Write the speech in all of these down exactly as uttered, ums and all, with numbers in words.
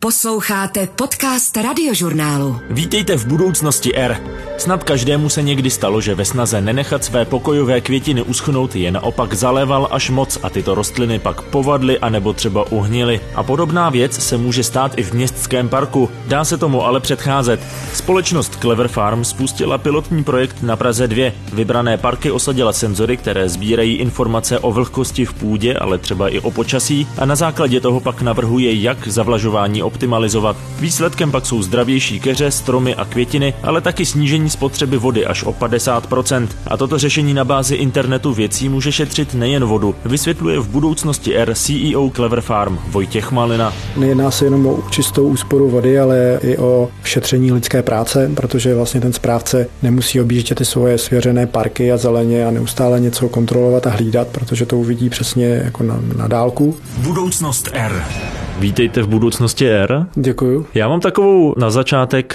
Posloucháte podcast Radiožurnálu. Vítejte v budoucnosti R. Snad každému se někdy stalo, že ve snaze nenechat své pokojové květiny uschnout je naopak zaléval až moc a tyto rostliny pak povadly anebo třeba uhnily. A podobná věc se může stát i v městském parku. Dá se tomu ale předcházet. Společnost Clever Farm spustila pilotní projekt na Praze dva. Vybrané parky osadila senzory, které sbírají informace o vlhkosti v půdě, ale třeba i o počasí, a na základě toho pak navrhuje, jak zavlažování optimalizovat. Výsledkem pak jsou zdravější keře, stromy a květiny, ale taky snížení spotřeby vody až o padesát procent. A toto řešení na bázi internetu věcí může šetřit nejen vodu, vysvětluje v budoucnosti R C E O Clever Farm Vojtěch Malina. Nejedná se jenom o čistou úsporu vody, ale i o šetření lidské práce, protože vlastně ten správce nemusí objíždět ty svoje svěřené parky a zeleně a neustále něco kontrolovat a hlídat, protože to uvidí přesně jako na, na dálku. Budoucnost R. Vítejte v budoucnosti R. Děkuju. Já mám takovou na začátek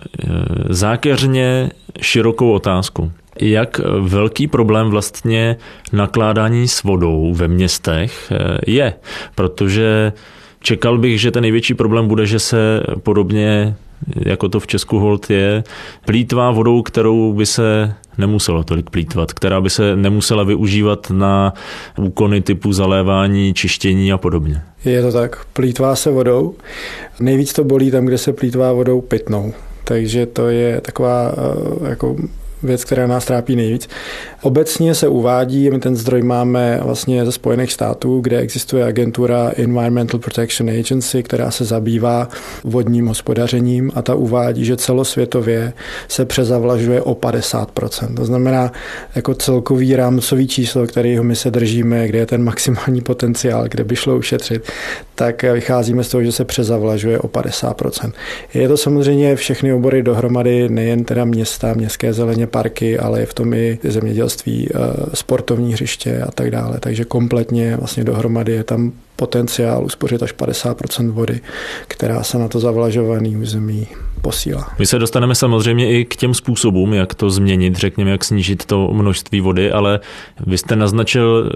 zákeřně širokou otázku. Jak velký problém vlastně nakládání s vodou ve městech je? Protože čekal bych, že ten největší problém bude, že se podobně, jako to v Česku holt je, plýtvá vodou, kterou by se nemuselo tolik plýtvat, která by se nemusela využívat na úkony typu zalévání, čištění a podobně. Je to tak, plýtvá se vodou. Nejvíc to bolí tam, kde se plýtvá vodou pitnou. Takže to je taková jako věc, která nás trápí nejvíc. Obecně se uvádí, my ten zdroj máme vlastně ze Spojených států, kde existuje agentura Environmental Protection Agency, která se zabývá vodním hospodařením, a ta uvádí, že celosvětově se přezavlažuje o padesát procent. To znamená jako celkový rámcový číslo, kterého my se držíme, kde je ten maximální potenciál, kde by šlo ušetřit, tak vycházíme z toho, že se přezavlažuje o padesát procent. Je to samozřejmě všechny obory dohromady, nejen teda města, městské zeleně, parky, ale je v tom i zemědělství, sportovní hřiště a tak dále. Takže kompletně vlastně dohromady je tam potenciál uspořit až padesát procent vody, která se na to zavlažované území posílá. My se dostaneme samozřejmě i k těm způsobům, jak to změnit, řekněme, jak snížit to množství vody, ale vy jste naznačil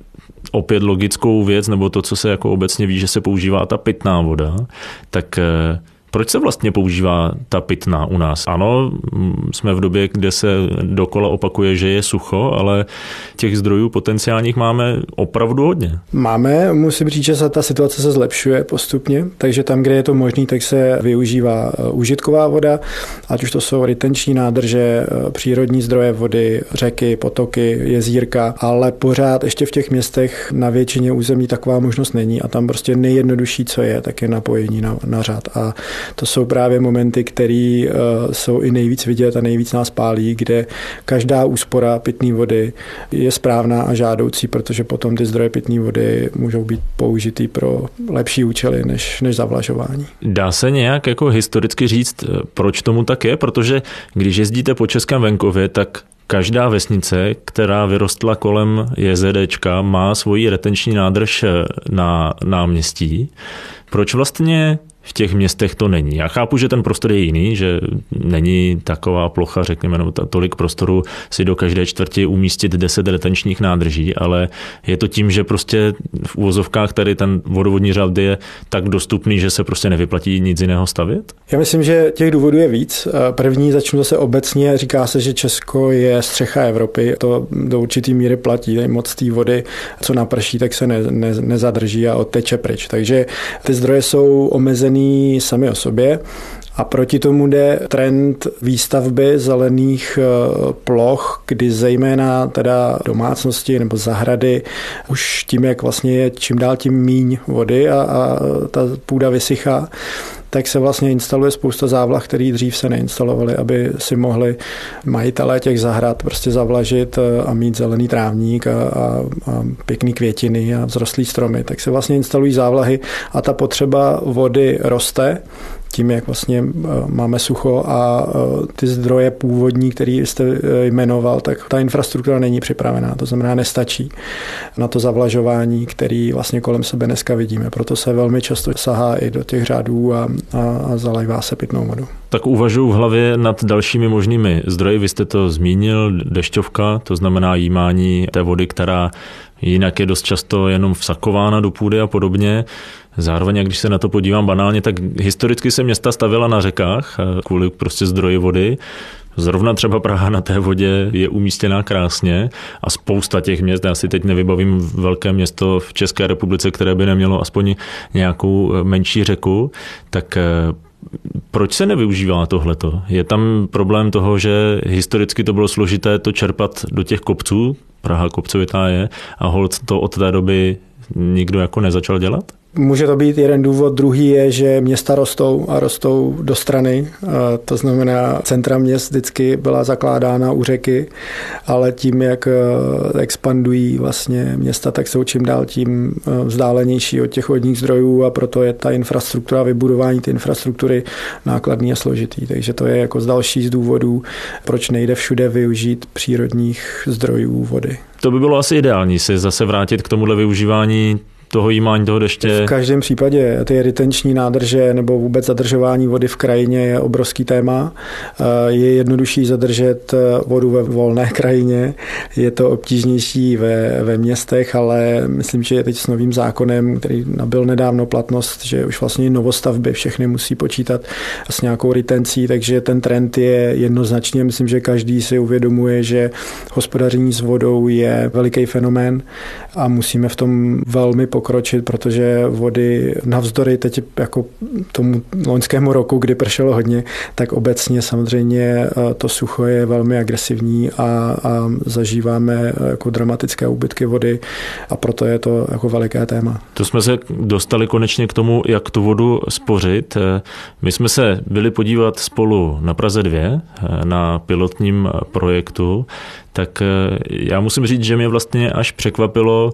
opět logickou věc, nebo to, co se jako obecně ví, že se používá ta pitná voda, tak proč se vlastně používá ta pitná u nás? Ano, jsme v době, kde se dokola opakuje, že je sucho, ale těch zdrojů potenciálních máme opravdu hodně. Máme, musím říct, že ta situace se zlepšuje postupně, takže tam, kde je to možné, tak se využívá užitková voda, ať už to jsou retenční nádrže, přírodní zdroje vody, řeky, potoky, jezírka, ale pořád ještě v těch městech na většině území taková možnost není a tam prostě nejjednodušší, co je, tak je napojení na, na řad. A to jsou právě momenty, které uh, jsou i nejvíc vidět a nejvíc nás pálí, kde každá úspora pitné vody je správná a žádoucí, protože potom ty zdroje pitné vody můžou být použitý pro lepší účely než, než zavlažování. Dá se nějak jako historicky říct, proč tomu tak je? Protože když jezdíte po českém venkově, tak každá vesnice, která vyrostla kolem JZDčka, má svoji retenční nádrž na náměstí. Proč vlastně v těch městech to není? Já chápu, že ten prostor je jiný, že není taková plocha, řekněme, nebo tolik prostoru si do každé čtvrti umístit deset retenčních nádrží, ale je to tím, že prostě v uvozovkách tady ten vodovodní řád je tak dostupný, že se prostě nevyplatí nic jiného stavět? Já myslím, že těch důvodů je víc. První začnu zase obecně. Říká se, že Česko je střecha Evropy. To do určitý míry platí. Moc té vody, co naprší, tak se ne, ne, nezadrží a odteče pryč. Takže ty zdroje jsou omezený sami o sobě. A proti tomu jde trend výstavby zelených ploch, kdy zejména teda domácnosti nebo zahrady už tím, jak vlastně je čím dál tím míň vody a, a ta půda vysychá, tak se vlastně instaluje spousta závlah, které dřív se neinstalovaly, aby si mohli majitelé těch zahrad prostě zavlažit a mít zelený trávník a, a, a pěkný květiny a vzrostlý stromy. Tak se vlastně instalují závlahy a ta potřeba vody roste tím, jak vlastně máme sucho a ty zdroje původní, který jste jmenoval, tak ta infrastruktura není připravená, to znamená nestačí na to zavlažování, který vlastně kolem sebe dneska vidíme. Proto se velmi často sahá i do těch řádů a, a, a zalévá se pitnou vodu. Tak uvažuji v hlavě nad dalšími možnými zdroji. Vy jste to zmínil, dešťovka, to znamená jímání té vody, která jinak je dost často jenom vsakována do půdy a podobně. Zároveň, když se na to podívám banálně, tak historicky se města stavěla na řekách kvůli prostě zdroji vody. Zrovna třeba Praha na té vodě je umístěná krásně a spousta těch měst, já si teď nevybavím velké město v České republice, které by nemělo aspoň nějakou menší řeku, tak proč se nevyužívá tohleto? Je tam problém toho, že historicky to bylo složité to čerpat do těch kopců, Praha kopcovitá je, a holt to od té doby nikdo jako nezačal dělat? Může to být jeden důvod, druhý je, že města rostou a rostou do strany, to znamená centra měst vždycky byla zakládána u řeky, ale tím, jak expandují vlastně města, tak jsou čím dál tím vzdálenější od těch vodních zdrojů a proto je ta infrastruktura, vybudování té infrastruktury nákladný a složitý. Takže to je jako z další z důvodů, proč nejde všude využít přírodních zdrojů vody. To by bylo asi ideální se zase vrátit k tomuhle využívání toho jímání, toho deště. V každém případě ty retenční nádrže nebo vůbec zadržování vody v krajině je obrovský téma. Je jednodušší zadržet vodu ve volné krajině, je to obtížnější ve, ve městech, ale myslím, že je teď s novým zákonem, který nabyl nedávno platnost, že už vlastně novostavby všechny musí počítat s nějakou retencí, takže ten trend je jednoznačně, myslím, že každý si uvědomuje, že hospodaření s vodou je veliký fenomén a musíme v tom velmi pokročit, protože vody navzdory teď jako tomu loňskému roku, kdy pršelo hodně, tak obecně samozřejmě to sucho je velmi agresivní a, a zažíváme jako dramatické úbytky vody a proto je to jako veliké téma. To jsme se dostali konečně k tomu, jak tu vodu spořit. My jsme se byli podívat spolu na Praze dva na pilotním projektu, tak já musím říct, že mě vlastně až překvapilo,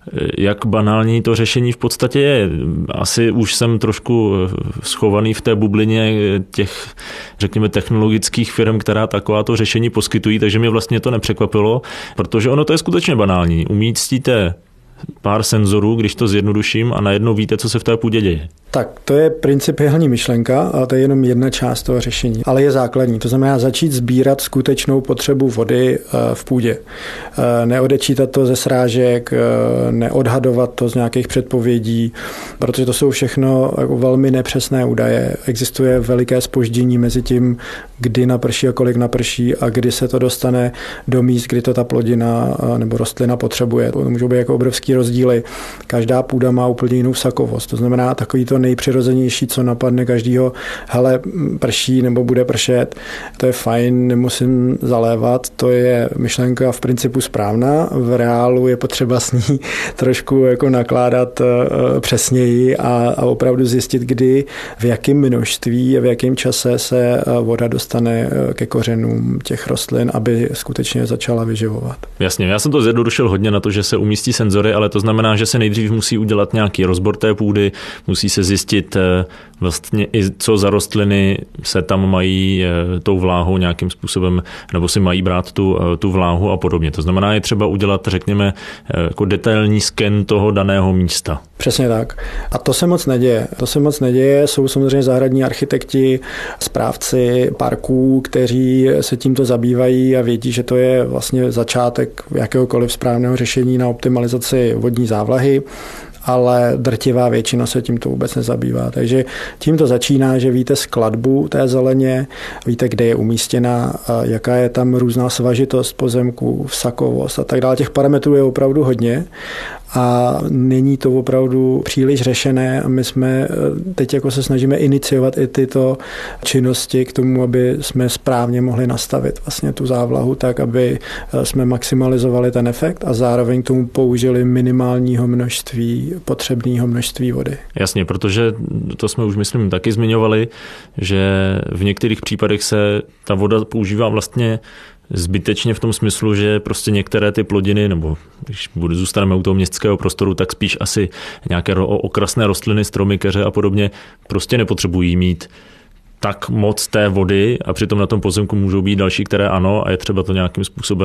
jak banální to řešení v podstatě je. Asi už jsem trošku schovaný v té bublině těch, řekněme, technologických firm, která takováto řešení poskytují, takže mě vlastně to nepřekvapilo, protože ono to je skutečně banální. Umístíte pár senzorů, když to zjednoduším, a najednou víte, co se v té půdě děje. Tak to je principiální myšlenka a to je jenom jedna část toho řešení, ale je základní. To znamená začít sbírat skutečnou potřebu vody v půdě. Neodečítat to ze srážek, neodhadovat to z nějakých předpovědí, protože to jsou všechno jako velmi nepřesné údaje. Existuje veliké zpoždění mezi tím, kdy naprší a kolik naprší a kdy se to dostane do míst, kdy to ta plodina nebo rostlina potřebuje. To můžou být jako obrovský rozdíly. Každá půda má úplně jinou vsakovost. To znamená takový to nejpřirozenější, co napadne každýho, hele, prší nebo bude pršet, to je fajn, nemusím zalévat, to je myšlenka v principu správná, v reálu je potřeba s ní trošku jako nakládat přesněji a, a opravdu zjistit, kdy, v jakém množství a v jakém čase se voda dostane ke kořenům těch rostlin, aby skutečně začala vyživovat. Jasně, já jsem to zjednodušil hodně na to, že se umístí senzory, ale to znamená, že se nejdřív musí udělat nějaký rozbor té půdy, musí se zjistit vlastně i co za rostliny se tam mají tou vláhou nějakým způsobem, nebo si mají brát tu, tu vláhu a podobně. To znamená, je třeba udělat, řekněme, jako detailní sken toho daného místa. Přesně tak. A to se moc neděje. To se moc neděje. Jsou samozřejmě zahradní architekti, správci parků, kteří se tímto zabývají a vědí, že to je vlastně začátek jakéhokoliv správného řešení na optimalizaci vodní závlahy, ale drtivá většina se tímto vůbec nezabývá. Takže tím to začíná, že víte skladbu té zeleně, víte, kde je umístěna, jaká je tam různá svažitost pozemku, vsakovost a tak dále. Těch parametrů je opravdu hodně a není to opravdu příliš řešené a my jsme teď jako se snažíme iniciovat i tyto činnosti k tomu, aby jsme správně mohli nastavit vlastně tu závlahu tak, aby jsme maximalizovali ten efekt a zároveň k tomu použili minimálního množství, potřebného množství vody. Jasně, protože to jsme už myslím taky zmiňovali, že v některých případech se ta voda používá vlastně zbytečně v tom smyslu, že prostě některé ty plodiny, nebo když zůstaneme u toho městského prostoru, tak spíš asi nějaké okrasné rostliny, stromy, keře a podobně prostě nepotřebují mít tak moc té vody a přitom na tom pozemku můžou být další, které ano, a je třeba to nějakým způsobem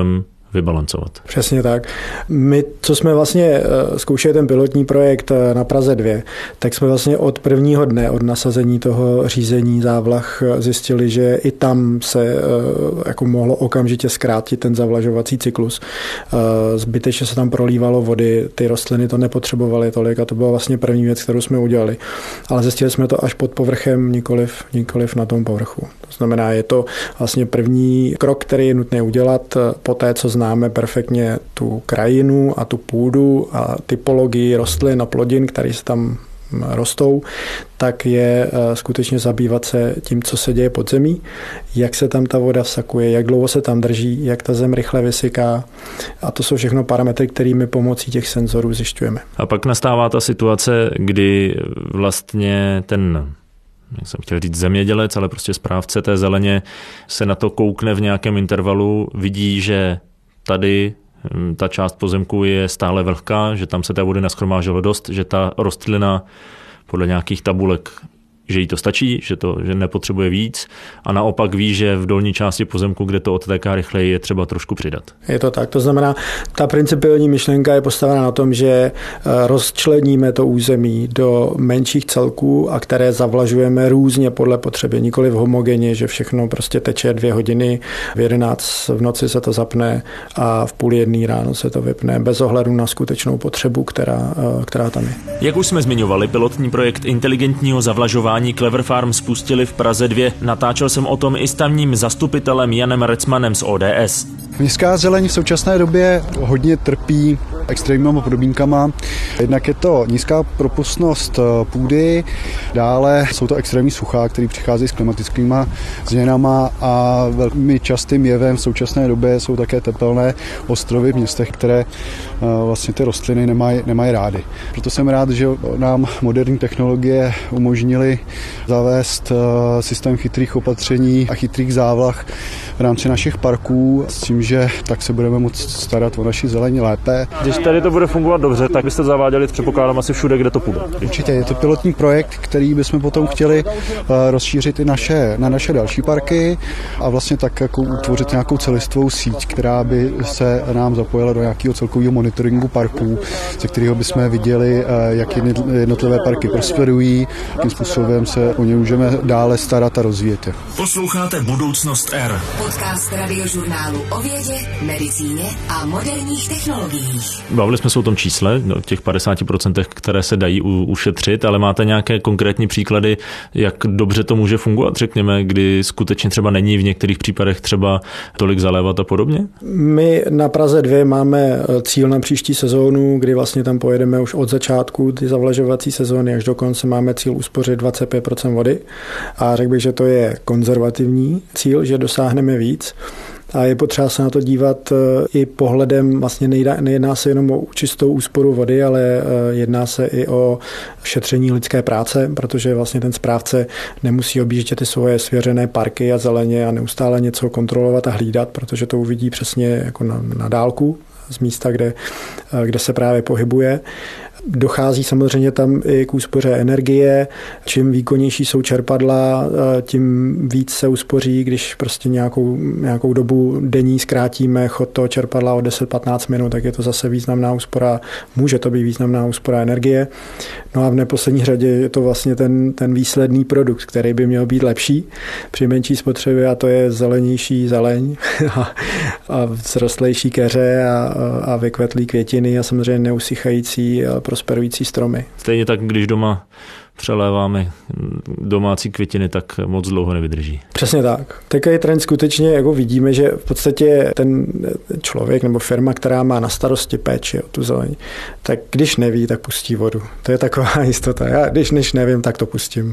vybalancovat. Přesně tak. My, co jsme vlastně zkoušeli ten pilotní projekt na Praze dva, tak jsme vlastně od prvního dne, od nasazení toho řízení závlah zjistili, že i tam se jako mohlo okamžitě zkrátit ten zavlažovací cyklus. Zbytečně se tam prolívalo vody, ty rostliny to nepotřebovaly tolik a to byla vlastně první věc, kterou jsme udělali. Ale zjistili jsme to až pod povrchem, nikoliv, nikoliv na tom povrchu. To znamená, je to vlastně první krok, který je nutné udělat po té, co známe perfektně tu krajinu a tu půdu a typologii rostlin a plodin, které se tam rostou, tak je skutečně zabývat se tím, co se děje pod zemí, jak se tam ta voda vsakuje, jak dlouho se tam drží, jak ta zem rychle vysyká. A to jsou všechno parametry, kterými pomocí těch senzorů zjišťujeme. A pak nastává ta situace, kdy vlastně ten, jak jsem chtěl říct zemědělec, ale prostě správce té zeleně se na to koukne v nějakém intervalu, vidí, že tady ta část pozemku je stále vlhká, že tam se té vody nashromážilo dost, že ta rostlina podle nějakých tabulek, že jí to stačí, že to že nepotřebuje víc a naopak ví, že v dolní části pozemku, kde to odtéká rychleji, je třeba trošku přidat. Je to tak, to znamená, ta principiální myšlenka je postavena na tom, že rozčleníme to území do menších celků a které zavlažujeme různě podle potřeby, nikoli v homogenně, že všechno prostě teče dvě hodiny, v jedenáct v noci se to zapne a v půl jedný ráno se to vypne, bez ohledu na skutečnou potřebu, která, která tam je. Jak už jsme zmiňovali, pilotní projekt inteligentního zavlažování Clever Farm spustili v Praze dva. Natáčel jsem o tom i s tamním zastupitelem Janem Recmanem z O D S. Městská zeleň v současné době hodně trpí extrémními podmínkama. Jednak je to nízká propustnost půdy, dále jsou to extrémní suchá, které přicházejí s klimatickými změnami a velmi častým jevem v současné době jsou také tepelné ostrovy v městech, které vlastně ty rostliny nemají, nemají rády. Proto jsem rád, že nám moderní technologie umožnily zavést systém chytrých opatření a chytrých závlah v rámci našich parků s tím, že tak se budeme moct starat o naši zelení lépe. Když tady to bude fungovat dobře, tak byste zaváděli, předpokládám, asi všude, kde to půjde. Určitě, je to pilotní projekt, který bychom potom chtěli rozšířit i naše, na naše další parky a vlastně tak jako utvořit nějakou celistvou síť, která by se nám zapojila do nějakého celkového monitoringu parků, ze kterého bychom viděli, jak jednotlivé parky prosperují, jakým způsobem se o ně můžeme dále starat a rozvíjet. Posloucháte Budoucnost R. Podcast radiožurnálu o vědě, medicíně a moderních technologiích. Bavili jsme se o tom čísle, o těch padesát procent, které se dají ušetřit, ale máte nějaké konkrétní příklady, jak dobře to může fungovat, řekněme, kdy skutečně třeba není v některých případech třeba tolik zalévat a podobně? My na Praze dva máme cíl na příští sezónu, kdy vlastně tam pojedeme už od začátku ty zavlažovací sezóny až do konce máme cíl uspořit dvacet pět procent vody a řekl bych, že to je konzervativní cíl, že dosáhneme víc. A je potřeba se na to dívat i pohledem, vlastně nejedná se jenom o čistou úsporu vody, ale jedná se i o šetření lidské práce, protože vlastně ten správce nemusí objíždět ty svoje svěřené parky a zeleně a neustále něco kontrolovat a hlídat, protože to uvidí přesně jako na, na dálku z místa, kde, kde se právě pohybuje. Dochází samozřejmě tam i k úspoře energie. Čím výkonnější jsou čerpadla, tím víc se uspoří, když prostě nějakou, nějakou dobu denní zkrátíme chod toho čerpadla o deset patnáct minut, tak je to zase významná úspora, může to být významná úspora energie. No a v neposlední řadě je to vlastně ten, ten výsledný produkt, který by měl být lepší při menší spotřebě a to je zelenější zeleň a, a vzrostlejší keře a, a vykvetlý květiny a samozřejmě neusychající prosperující stromy. Stejně tak, když doma přeléváme domácí květiny, tak moc dlouho nevydrží. Přesně tak. Takový trend skutečně jako vidíme, že v podstatě ten člověk nebo firma, která má na starosti péči o tu zeleň, tak když neví, tak pustí vodu. To je taková jistota. Já když než nevím, tak to pustím.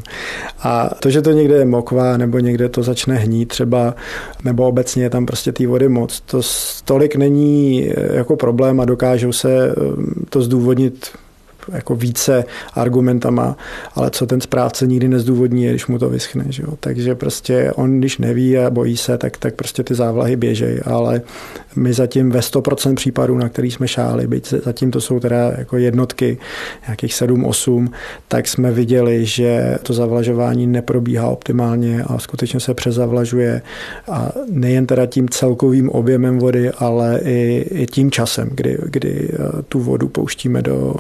A to, že to někde je mokva nebo někde to začne hnít třeba, nebo obecně je tam prostě té vody moc, to tolik není jako problém a dokážou se to zdůvodnit jako více argumentama, ale co ten správce nikdy nezdůvodní, je, když mu to vyschne. Že jo? Takže prostě on, když neví a bojí se, tak, tak prostě ty závlahy běžejí, ale my zatím ve sto procent případů, na který jsme šáli, byť zatím to jsou teda jako jednotky, nějakých sedm, osm, tak jsme viděli, že to zavlažování neprobíhá optimálně a skutečně se přezavlažuje a nejen teda tím celkovým objemem vody, ale i, i tím časem, kdy, kdy tu vodu pouštíme do,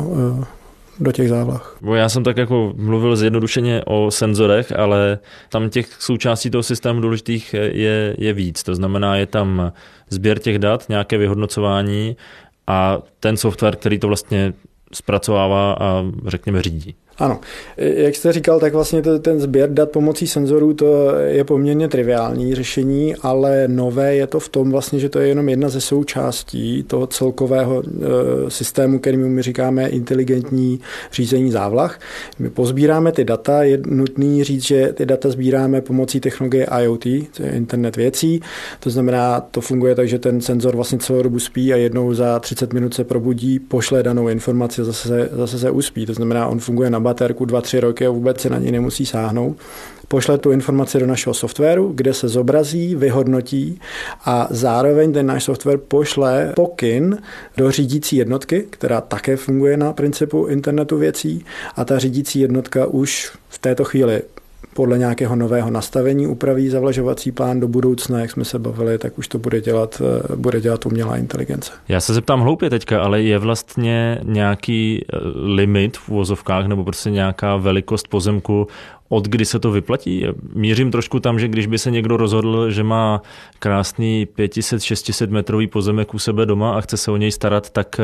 do těch závlah. Já jsem tak jako mluvil zjednodušeně o senzorech, ale tam těch součástí toho systému důležitých je, je víc. To znamená, je tam sběr těch dat, nějaké vyhodnocování a ten software, který to vlastně zpracovává a řekněme řídí. Ano, jak jste říkal, tak vlastně to, ten sběr dat pomocí senzorů, to je poměrně triviální řešení, ale nové je to v tom vlastně, že to je jenom jedna ze součástí toho celkového e, systému, kterým my říkáme inteligentní řízení závlah. My pozbíráme ty data, je nutný říct, že ty data sbíráme pomocí technologie I O T, to je internet věcí, to znamená, to funguje tak, že ten senzor vlastně celou dobu spí a jednou za třicet minut se probudí, pošle danou informaci a zase, zase se uspí, to znamená, on funguje na baterku dva tři roky a vůbec se na něj nemusí sáhnout. Pošle tu informaci do našeho softwaru, kde se zobrazí, vyhodnotí a zároveň ten náš software pošle pokyn do řídící jednotky, která také funguje na principu internetu věcí a ta řídící jednotka už v této chvíli podle nějakého nového nastavení upraví zavlažovací plán do budoucna, jak jsme se bavili, tak už to bude dělat, bude dělat umělá inteligence. Já se zeptám hloupě teďka, ale je vlastně nějaký limit v uvozovkách nebo prostě nějaká velikost pozemku, od kdy se to vyplatí? Mířím trošku tam, že když by se někdo rozhodl, že má krásný pět set šest set metrový pozemek u sebe doma a chce se o něj starat, tak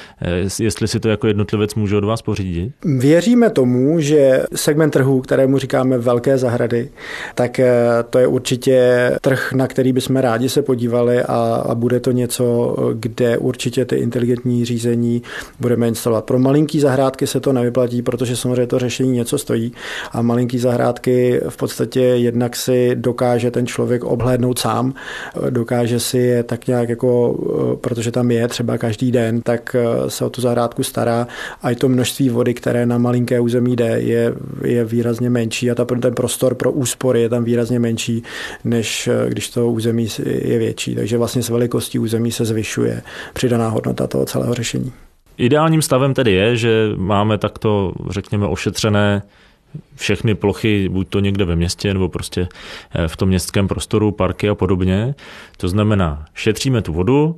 jestli si to jako jednotlivec může od vás pořídit? Věříme tomu, že segment trhu, kterému říkáme velké zahrady, tak to je určitě trh, na který bychom rádi se podívali a, a bude to něco, kde určitě ty inteligentní řízení budeme instalovat. Pro malinký zahrádky se to nevyplatí, protože samozřejmě to řešení něco stojí a malinký zahrádky v podstatě jednak si dokáže ten člověk obhlédnout sám, dokáže si je tak nějak jako, protože tam je třeba každý den, tak se o tu zahrádku stará a i to množství vody, které na malinké území jde, je, je výrazně menší a ta, ten prostor pro úspory je tam výrazně menší, než když to území je větší. Takže vlastně s velikostí území se zvyšuje přidaná hodnota toho celého řešení. Ideálním stavem tedy je, že máme takto, řekněme, ošetřené všechny plochy, buď to někde ve městě, nebo prostě v tom městském prostoru, parky a podobně. To znamená, šetříme tu vodu,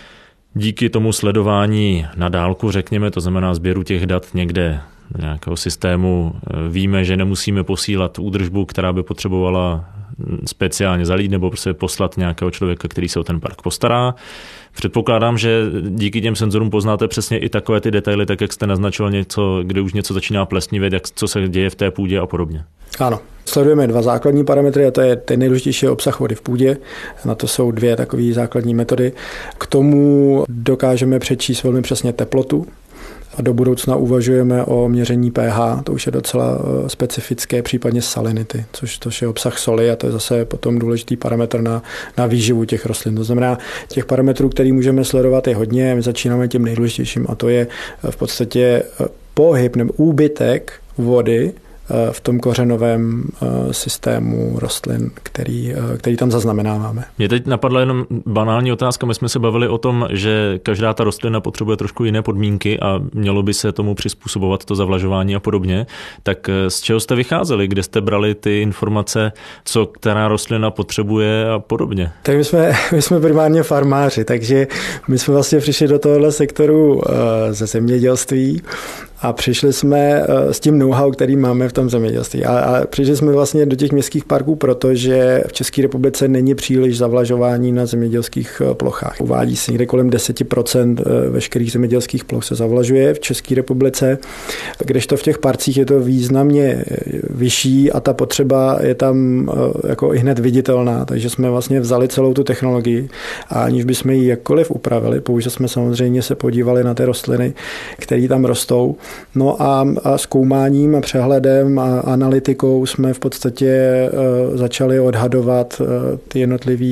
díky tomu sledování na dálku, řekněme, to znamená sběru těch dat někde nějakého systému, víme, že nemusíme posílat údržbu, která by potřebovala speciálně zalít nebo prostě poslat nějakého člověka, který se o ten park postará. Předpokládám, že díky těm senzorům poznáte přesně i takové ty detaily, tak jak jste naznačil něco, kde už něco začíná plesnivět, jak co se děje v té půdě a podobně. Ano. Sledujeme dva základní parametry a to je ten nejdůležitější obsah vody v půdě. Na to jsou dvě takové základní metody. K tomu dokážeme přečíst velmi přesně teplotu. A do budoucna uvažujeme o měření pH, to už je docela specifické, případně salinity, což, což je obsah soli a to je zase potom důležitý parametr na, na výživu těch rostlin. To znamená, těch parametrů, který můžeme sledovat, je hodně. My začínáme tím nejdůležitějším a to je v podstatě pohyb nebo úbytek vody v tom kořenovém systému rostlin, který, který tam zaznamenáváme. Mě teď napadla jenom banální otázka. My jsme se bavili o tom, že každá ta rostlina potřebuje trošku jiné podmínky a mělo by se tomu přizpůsobovat to zavlažování a podobně. Tak z čeho jste vycházeli? Kde jste brali ty informace, co která rostlina potřebuje a podobně? Tak my jsme, my jsme primárně farmáři, takže my jsme vlastně přišli do tohohle sektoru ze zemědělství a přišli jsme s tím know-how, který máme v tom zemědělství. A, a přišli jsme vlastně do těch městských parků, protože v České republice není příliš zavlažování na zemědělských plochách. Uvádí se někde kolem deset procent veškerých zemědělských ploch se zavlažuje v České republice, kdežto v těch parcích je to významně vyšší a ta potřeba je tam jako i hned viditelná. Takže jsme vlastně vzali celou tu technologii a aniž bychom ji jakkoliv upravili, pouze jsme samozřejmě se podívali na ty rostliny, které tam rostou. No a, a zkoumáním a přehledem a analytikou jsme v podstatě uh, začali odhadovat uh, ty jednotlivé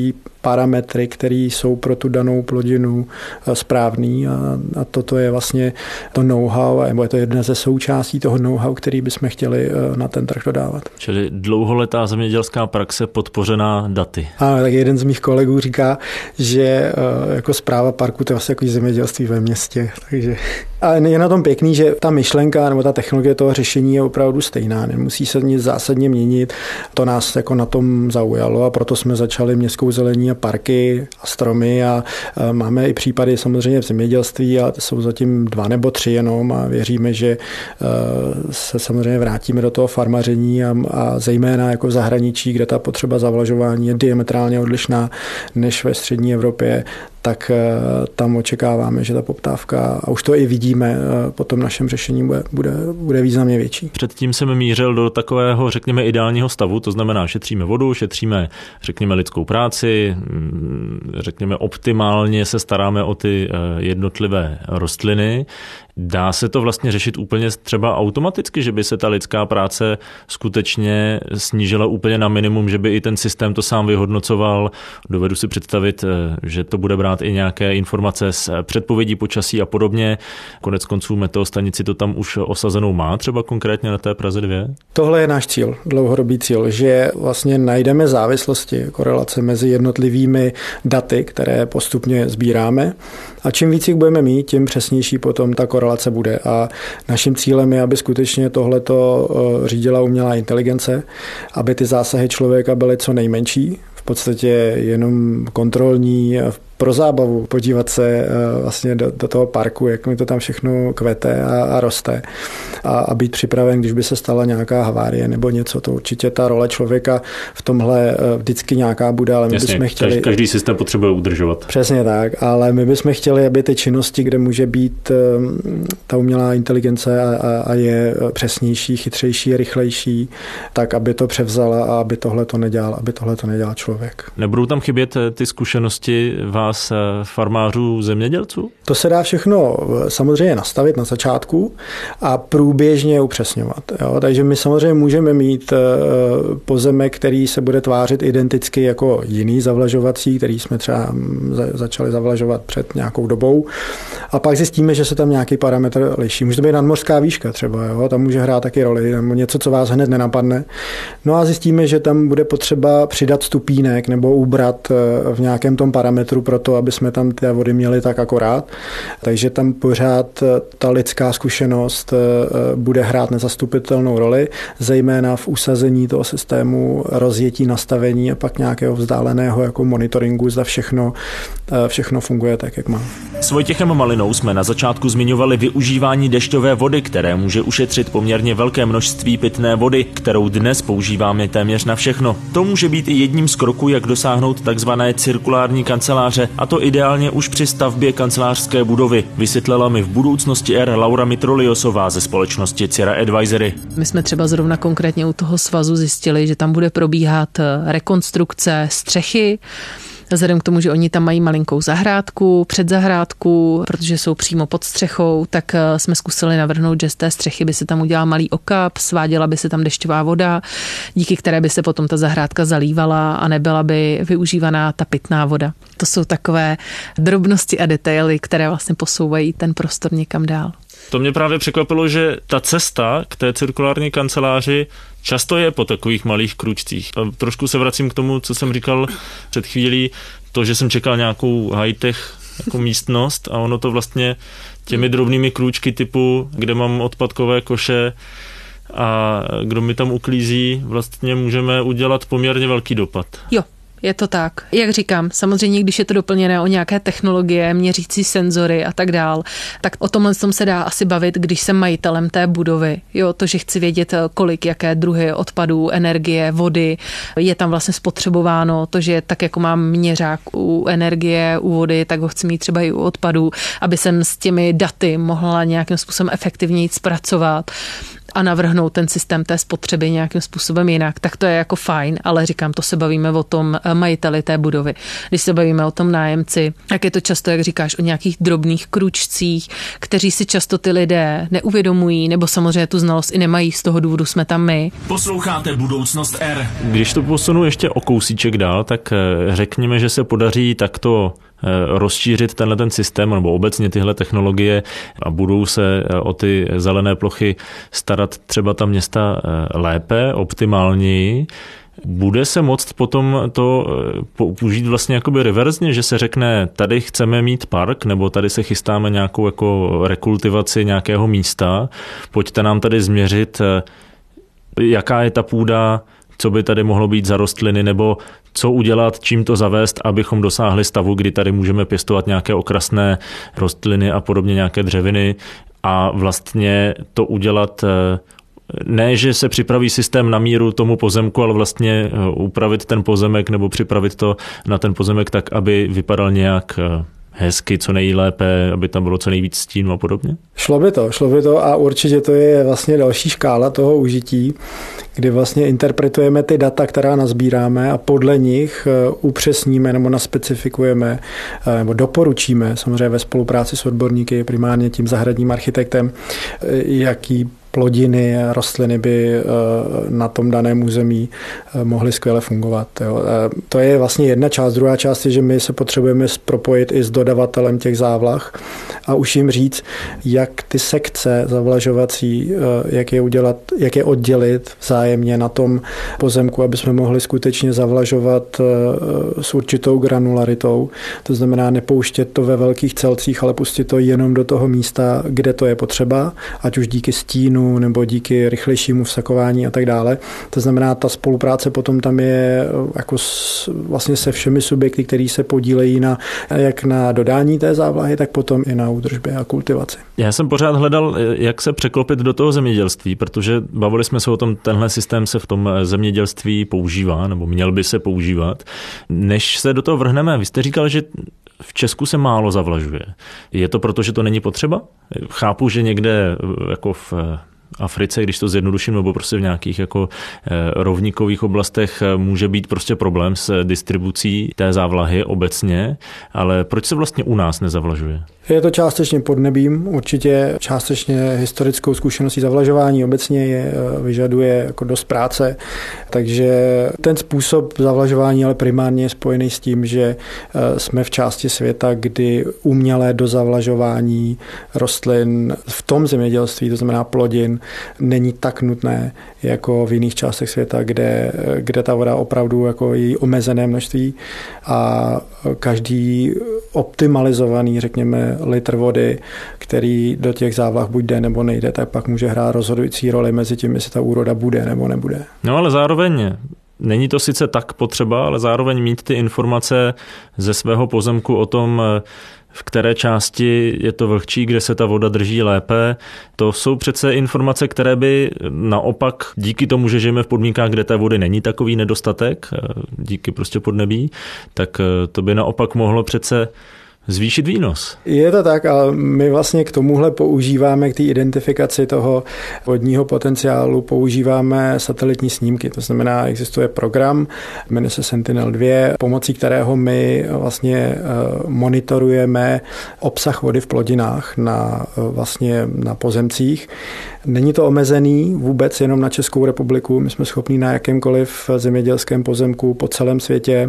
parametry, které jsou pro tu danou plodinu správný a, a toto je vlastně to know-how, nebo je to jedna ze součástí toho know-how, který bychom chtěli na ten trh dodávat. Čili dlouholetá zemědělská praxe podpořená daty. A tak jeden z mých kolegů říká, že jako správa parku to je vlastně jako zemědělství ve městě. Takže a je na tom pěkný, že ta myšlenka nebo ta technologie toho řešení je opravdu stejná. Nemusí se nic zásadně měnit. To nás jako na tom zaujalo a proto jsme začali městskou zelení a parky a stromy a máme i případy samozřejmě v zemědělství, ale jsou zatím dva nebo tři jenom a věříme, že se samozřejmě vrátíme do toho farmaření a, a zejména jako v zahraničí, kde ta potřeba zavlažování je diametrálně odlišná než ve střední Evropě, tak tam očekáváme, že ta poptávka, a už to i vidíme, po tom našem řešení bude, bude, bude významně větší. Předtím jsem mířil do takového, řekněme, ideálního stavu, to znamená, šetříme vodu, šetříme, řekněme, lidskou práci, řekněme, optimálně se staráme o ty jednotlivé rostliny. Dá se to vlastně řešit úplně třeba automaticky, že by se ta lidská práce skutečně snížila úplně na minimum, že by i ten systém to sám vyhodnocoval. Dovedu si představit, že to bude brát i nějaké informace z předpovědí počasí a podobně. Konec konců meteostanici to tam už osazenou má, třeba konkrétně na té Praze dvě? Tohle je náš cíl, dlouhodobý cíl, že vlastně najdeme závislosti, korelace mezi jednotlivými daty, které postupně sbíráme. A čím víc jich budeme mít, tím přesnější potom ta korelace bude. A naším cílem je, aby skutečně tohleto řídila umělá inteligence, aby ty zásahy člověka byly co nejmenší, v podstatě jenom kontrolní, pro zábavu, podívat se vlastně do, do toho parku, jak mi to tam všechno kvete a, a roste. A, a být připraven, když by se stala nějaká havárie nebo něco, to určitě ta role člověka v tomhle vždycky nějaká bude, ale my Jasně, bychom chtěli... Každý systém potřebuje udržovat. Přesně tak, ale my bychom chtěli, aby ty činnosti, kde může být ta umělá inteligence a, a, a je přesnější, chytřejší, rychlejší, tak aby to převzala a aby tohle to nedělal, aby tohle to nedělal člověk. Nebudou tam chybět ty zkušenosti vás farmářů, zemědělců? To se dá všechno samozřejmě nastavit na začátku a průběžně upřesňovat. Jo? Takže my samozřejmě můžeme mít pozemek, který se bude tvářit identicky jako jiný zavlažovací, který jsme třeba začali zavlažovat před nějakou dobou. A pak zjistíme, že se tam nějaký parametr liší. Může to být nadmořská výška třeba, jo? Tam může hrát taky roli, nebo něco, co vás hned nenapadne. No a zjistíme, že tam bude potřeba přidat stupínek nebo ubrat v nějakém tom parametru pro to, aby jsme tam ty vody měli tak akorát. Takže tam pořád ta lidská zkušenost bude hrát nezastupitelnou roli, zejména v usazení toho systému, rozjetí nastavení a pak nějakého vzdáleného jako monitoringu, zda všechno, všechno funguje tak, jak má. S Vojtěchem Malinou jsme na začátku zmiňovali využívání dešťové vody, které může ušetřit poměrně velké množství pitné vody, kterou dnes používáme téměř na všechno. To může být i jedním z kroků, jak dosáhnout takzvané cirkulární kanceláře, a to ideálně už při stavbě kancelářské budovy, vysvětlila mi v Budoucnosti R Laura Mitroliosová ze společnosti Cira Advisory. My jsme třeba zrovna konkrétně u toho svazu zjistili, že tam bude probíhat rekonstrukce střechy, vzhledem k tomu, že oni tam mají malinkou zahrádku, předzahrádku, protože jsou přímo pod střechou, tak jsme zkusili navrhnout, že z té střechy by se tam udělal malý okap, sváděla by se tam dešťová voda, díky které by se potom ta zahrádka zalívala a nebyla by využívaná ta pitná voda. To jsou takové drobnosti a detaily, které vlastně posouvají ten prostor někam dál. To mě právě překvapilo, že ta cesta k té cirkulární kanceláři často je po takových malých kručcích. A trošku se vracím k tomu, co jsem říkal před chvílí, to, že jsem čekal nějakou high-tech jako místnost a ono to vlastně těmi drobnými krůčky typu, kde mám odpadkové koše a kdo mi tam uklízí, vlastně můžeme udělat poměrně velký dopad. Jo. Je to tak. Jak říkám, samozřejmě, když je to doplněné o nějaké technologie, měřící senzory a tak dál, tak o tomhle tom se dá asi bavit, když jsem majitelem té budovy. Jo, to, že chci vědět, kolik, jaké druhy odpadů, energie, vody je tam vlastně spotřebováno, to, že tak jako mám měřák u energie, u vody, tak ho chci mít třeba i u odpadů, aby jsem s těmi daty mohla nějakým způsobem efektivněji zpracovat. a navrhnout ten systém té spotřeby nějakým způsobem jinak, tak to je jako fajn, ale říkám, to se bavíme o tom majiteli té budovy. Když se bavíme o tom nájemci, tak je to často, jak říkáš, o nějakých drobných kručcích, kteří si často ty lidé neuvědomují, nebo samozřejmě tu znalost i nemají, z toho důvodu jsme tam my. Posloucháte Budoucnost R. Když to posunu ještě o kousíček dál, tak řekněme, že se podaří takto rozšířit tenhle ten systém nebo obecně tyhle technologie a budou se o ty zelené plochy starat třeba ta města lépe, optimálněji. Bude se moct potom to použít vlastně jakoby reverzně, že se řekne, tady chceme mít park, nebo tady se chystáme nějakou jako rekultivaci nějakého místa, pojďte nám tady změřit, jaká je ta půda, co by tady mohlo být za rostliny, nebo co udělat, čím to zavést, abychom dosáhli stavu, kdy tady můžeme pěstovat nějaké okrasné rostliny a podobně nějaké dřeviny a vlastně to udělat ne, že se připraví systém na míru tomu pozemku, ale vlastně upravit ten pozemek nebo připravit to na ten pozemek tak, aby vypadal nějak hezky, co nejlépe, aby tam bylo co nejvíc stínu a podobně? Šlo by to, šlo by to a určitě to je vlastně další škála toho užití, kdy vlastně interpretujeme ty data, která nazbíráme a podle nich upřesníme nebo naspecifikujeme nebo doporučíme, samozřejmě ve spolupráci s odborníky, primárně tím zahradním architektem, jaký plodiny a rostliny by na tom daném území mohly skvěle fungovat. Jo. To je vlastně jedna část. Druhá část je, že my se potřebujeme propojit i s dodavatelem těch závlah a už jim říct, jak ty sekce zavlažovací, jak je udělat, jak je oddělit vzájemně na tom pozemku, aby jsme mohli skutečně zavlažovat s určitou granularitou. To znamená nepouštět to ve velkých celcích, ale pustit to jenom do toho místa, kde to je potřeba, ať už díky stínu nebo díky rychlejšímu vsakování a tak dále. To znamená, ta spolupráce potom tam je jako s, vlastně se všemi subjekty, který se podílejí na, jak na dodání té závlahy, tak potom i na údržbě a kultivaci. Já jsem pořád hledal, jak se překlopit do toho zemědělství, protože bavili jsme se o tom, tenhle systém se v tom zemědělství používá, nebo měl by se používat. Než se do toho vrhneme, vy jste říkal, že v Česku se málo zavlažuje. Je to proto, že to není potřeba? Chápu, že někde jako v Africe, když to zjednoduším, nebo prostě v nějakých jako rovníkových oblastech může být prostě problém s distribucí té závlahy obecně, ale proč se vlastně u nás nezavlažuje? Je to částečně podnebím, určitě částečně historickou zkušeností zavlažování obecně je, vyžaduje jako dost práce, takže ten způsob zavlažování ale primárně je spojený s tím, že jsme v části světa, kdy umělé dozavlažování rostlin v tom zemědělství, to znamená plodin, není tak nutné jako v jiných částech světa, kde, kde ta voda opravdu jako její omezené množství a každý optimalizovaný, řekněme, litr vody, který do těch závlah buď jde nebo nejde, tak pak může hrát rozhodující roli mezi tím, jestli ta úroda bude nebo nebude. No ale zároveň není to sice tak potřeba, ale zároveň mít ty informace ze svého pozemku o tom, v které části je to vlhčí, kde se ta voda drží lépe. To jsou přece informace, které by naopak díky tomu, že žijeme v podmínkách, kde té vody není takový nedostatek, díky prostě podnebí, tak to by naopak mohlo přece zvýšit výnos. Je to tak, ale my vlastně k tomuhle používáme, k té identifikaci toho vodního potenciálu, používáme satelitní snímky. To znamená, existuje program, jmenuje se Sentinel dva, pomocí kterého my vlastně monitorujeme obsah vody v plodinách na, vlastně na pozemcích. Není to omezený vůbec jenom na Českou republiku. My jsme schopni na jakémkoliv zemědělském pozemku po celém světě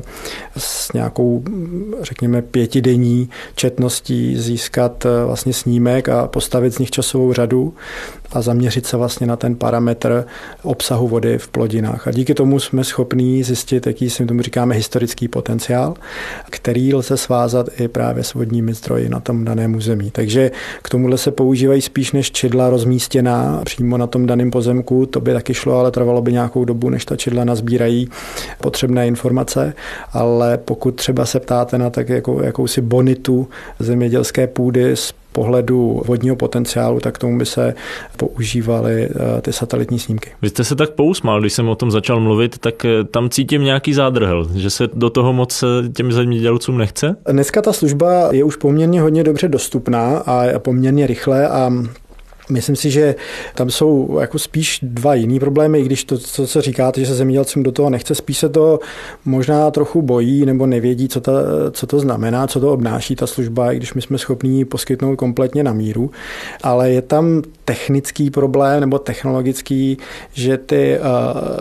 s nějakou, řekněme, pětidenní četností získat vlastně snímek a postavit z nich časovou řadu a zaměřit se vlastně na ten parametr obsahu vody v plodinách. A díky tomu jsme schopní zjistit, jaký si tomu říkáme historický potenciál, který lze svázat i právě s vodními zdroji na tom daném území. Takže k tomuhle se používají spíš než čidla rozmístěná přímo na tom daném pozemku. To by taky šlo, ale trvalo by nějakou dobu, než ta čidla nazbírají potřebné informace. Ale pokud třeba se ptáte na tak jako, jakousi bonitu zemědělské půdy z pohledu vodního potenciálu, tak k tomu by se používaly ty satelitní snímky. Vy jste se tak pousmál, když jsem o tom začal mluvit, tak tam cítím nějaký zádrhel, že se do toho moc těm zemědělcům nechce? Dneska ta služba je už poměrně hodně dobře dostupná a poměrně rychle a Myslím si, že tam jsou jako spíš dva jiný problémy, i když to, co, co říkáte, že se zemědělcům do toho nechce, spíš se to možná trochu bojí nebo nevědí, co, ta, co to znamená, co to obnáší ta služba, i když my jsme schopni ji poskytnout kompletně na míru. Ale je tam technický problém nebo technologický, že ty uh,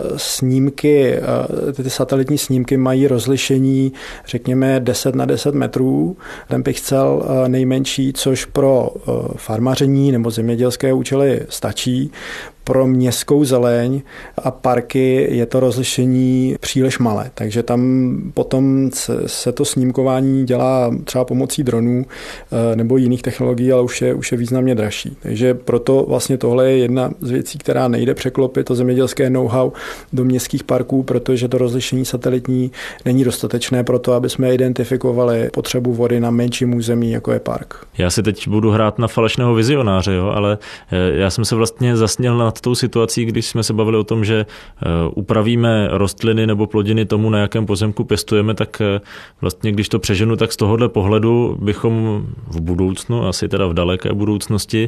snímky, uh, ty satelitní snímky mají rozlišení, řekněme, deset na deset metrů, ten pixel uh, nejmenší, což pro uh, farmaření nebo zemědělství účely stačí. Pro městskou zeleň a parky je to rozlišení příliš malé, takže tam potom se to snímkování dělá třeba pomocí dronů nebo jiných technologií, ale už je, už je významně dražší. Takže proto vlastně tohle je jedna z věcí, která nejde překlopit to zemědělské know-how do městských parků, protože to rozlišení satelitní není dostatečné pro to, aby jsme identifikovali potřebu vody na menším území, jako je park. Já si teď budu hrát na falešného vizionáře, jo, ale já jsem se vlastně zasněl na tou situací, když jsme se bavili o tom, že upravíme rostliny nebo plodiny tomu, na jakém pozemku pěstujeme, tak vlastně, když to přeženu, tak z tohohle pohledu bychom v budoucnu, asi teda v daleké budoucnosti,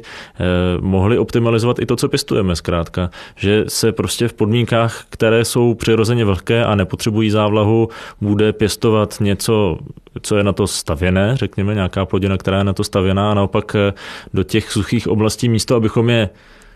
mohli optimalizovat i to, co pěstujeme zkrátka. Že se prostě v podmínkách, které jsou přirozeně vlhké a nepotřebují závlahu, bude pěstovat něco, co je na to stavěné, řekněme, nějaká plodina, která je na to stavěná, a naopak do těch suchých oblastí místo, abychom je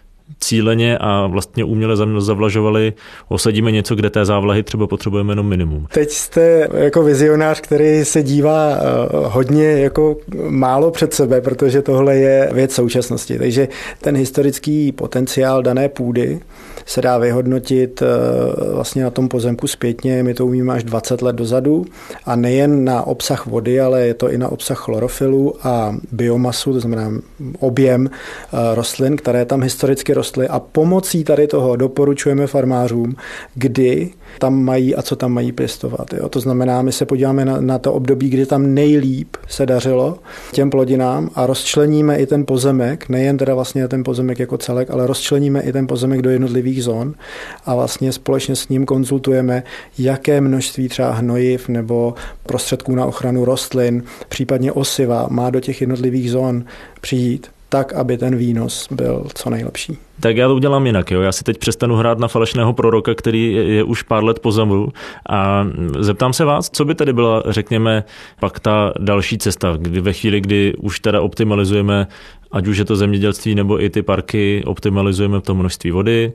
cíleně a vlastně uměle zavlažovali, osadíme něco, kde té závlahy třeba potřebujeme jenom minimum. Teď jste jako vizionář, který se dívá hodně jako málo před sebe, protože tohle je věc současnosti. Takže ten historický potenciál dané půdy se dá vyhodnotit vlastně na tom pozemku zpětně. My to umíme až dvacet let dozadu a nejen na obsah vody, ale je to i na obsah chlorofilu a biomasu, to znamená objem rostlin, které tam historicky rostly, a pomocí tady toho doporučujeme farmářům, kdy tam mají a co tam mají pěstovat. Jo? To znamená, my se podíváme na, na to období, kdy tam nejlíp se dařilo těm plodinám a rozčleníme i ten pozemek, nejen teda vlastně ten pozemek jako celek, ale rozčleníme i ten pozemek do jednotlivých zón a vlastně společně s ním konzultujeme, jaké množství třeba hnojiv nebo prostředků na ochranu rostlin, případně osiva má do těch jednotlivých zón přijít, tak, aby ten výnos byl co nejlepší. Tak já to udělám jinak. Jo. Já si teď přestanu hrát na falešného proroka, který je, je už pár let pozadu, a zeptám se vás, co by tedy byla, řekněme, pak ta další cesta, kdy ve chvíli, kdy už teda optimalizujeme, ať už je to zemědělství nebo i ty parky, optimalizujeme to množství vody,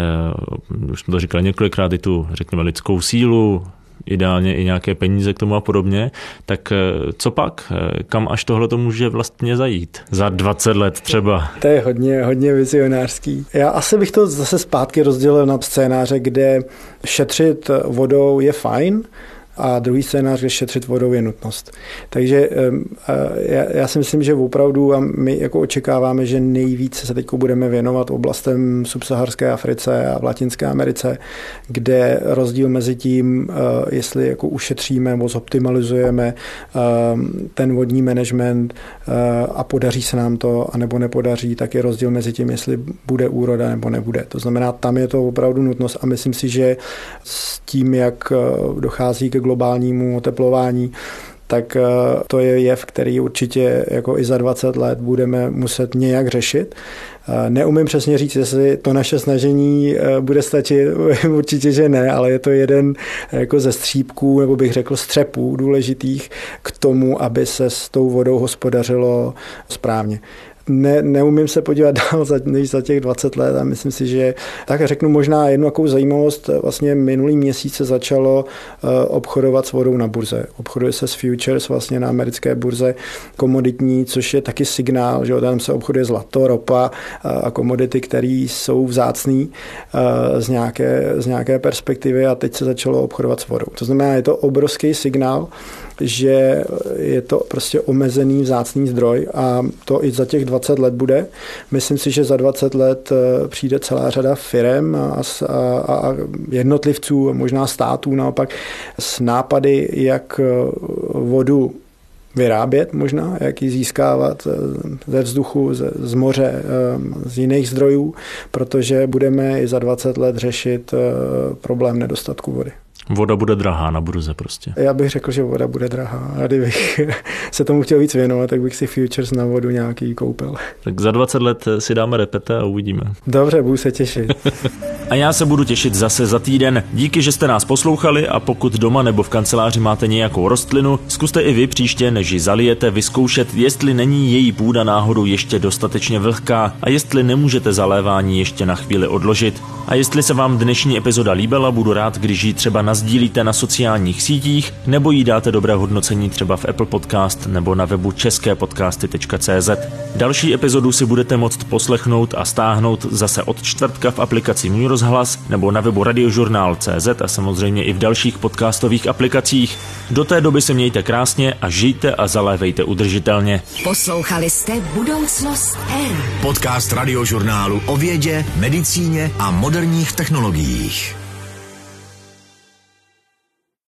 eh, už jsme to říkali několikrát, i tu, řekněme, lidskou sílu, ideálně i nějaké peníze k tomu a podobně, tak co pak? Kam až tohle to může vlastně zajít? Za dvacet let třeba. To je hodně, hodně vizionářský. Já asi bych to zase zpátky rozdělil na scénáře, kde šetřit vodou je fajn, a druhý scénář, kde šetřit vodou, je nutnost. Takže já si myslím, že opravdu a my jako očekáváme, že nejvíce se teď budeme věnovat oblastem subsaharské Africe a v Latinské Americe, kde rozdíl mezi tím, jestli jako ušetříme nebo zoptimalizujeme ten vodní management a podaří se nám to, anebo nepodaří, tak je rozdíl mezi tím, jestli bude úroda nebo nebude. To znamená, tam je to opravdu nutnost a myslím si, že s tím, jak dochází ke globálnímu oteplování, tak to je jev, který určitě jako i za dvacet let budeme muset nějak řešit. Neumím přesně říct, jestli to naše snažení bude stačit, určitě, že ne, ale je to jeden jako ze střípků, nebo bych řekl střepů důležitých k tomu, aby se s tou vodou hospodařilo správně. Ne, neumím se podívat dál za, než za těch dvacet let a myslím si, že tak řeknu možná jednu takovou zajímavost. Vlastně minulý měsíc se začalo uh, obchodovat s vodou na burze. Obchoduje se s futures vlastně na americké burze komoditní, což je taky signál, že tam se obchoduje zlato, ropa uh, a komodity, které jsou vzácný uh, z, nějaké, z nějaké perspektivy a teď se začalo obchodovat s vodou. To znamená, je to obrovský signál, že je to prostě omezený vzácný zdroj a to i za těch dvacet let bude. Myslím si, že za dvacet let přijde celá řada firem a, a, a jednotlivců, možná států naopak, s nápady, jak vodu vyrábět možná, jak ji získávat ze vzduchu, z, z moře, z jiných zdrojů, protože budeme i za dvacet let řešit problém nedostatku vody. Voda bude drahá na burze prostě. Já bych řekl, že voda bude drahá. A kdybych se tomu chtěl víc věnovat, tak bych si futures na vodu nějaký koupil. Tak za dvacet let si dáme repete a uvidíme. Dobře, budu se těšit. A já se budu těšit zase za týden. Díky, že jste nás poslouchali, a pokud doma nebo v kanceláři máte nějakou rostlinu, zkuste i vy příště, než ji zalijete, vyzkoušet, jestli není její půda náhodou ještě dostatečně vlhká a jestli nemůžete zalévání ještě na chvíli odložit. A jestli se vám dnešní epizoda líbila, budu rád, když ji třeba nasdílíte na sociálních sítích nebo jí dáte dobré hodnocení třeba v Apple Podcast nebo na webu české podcasty tečka cé zet. Další epizodu si budete moct poslechnout a stáhnout zase od čtvrtka v aplikaci Můj rozhlas nebo na webu radiožurnál tečka cé zet a samozřejmě i v dalších podcastových aplikacích. Do té doby se mějte krásně a žijte a zalévejte udržitelně. Poslouchali jste Budoucnost R. Podcast Radiožurnálu o vědě, medicíně a moderních technologiích.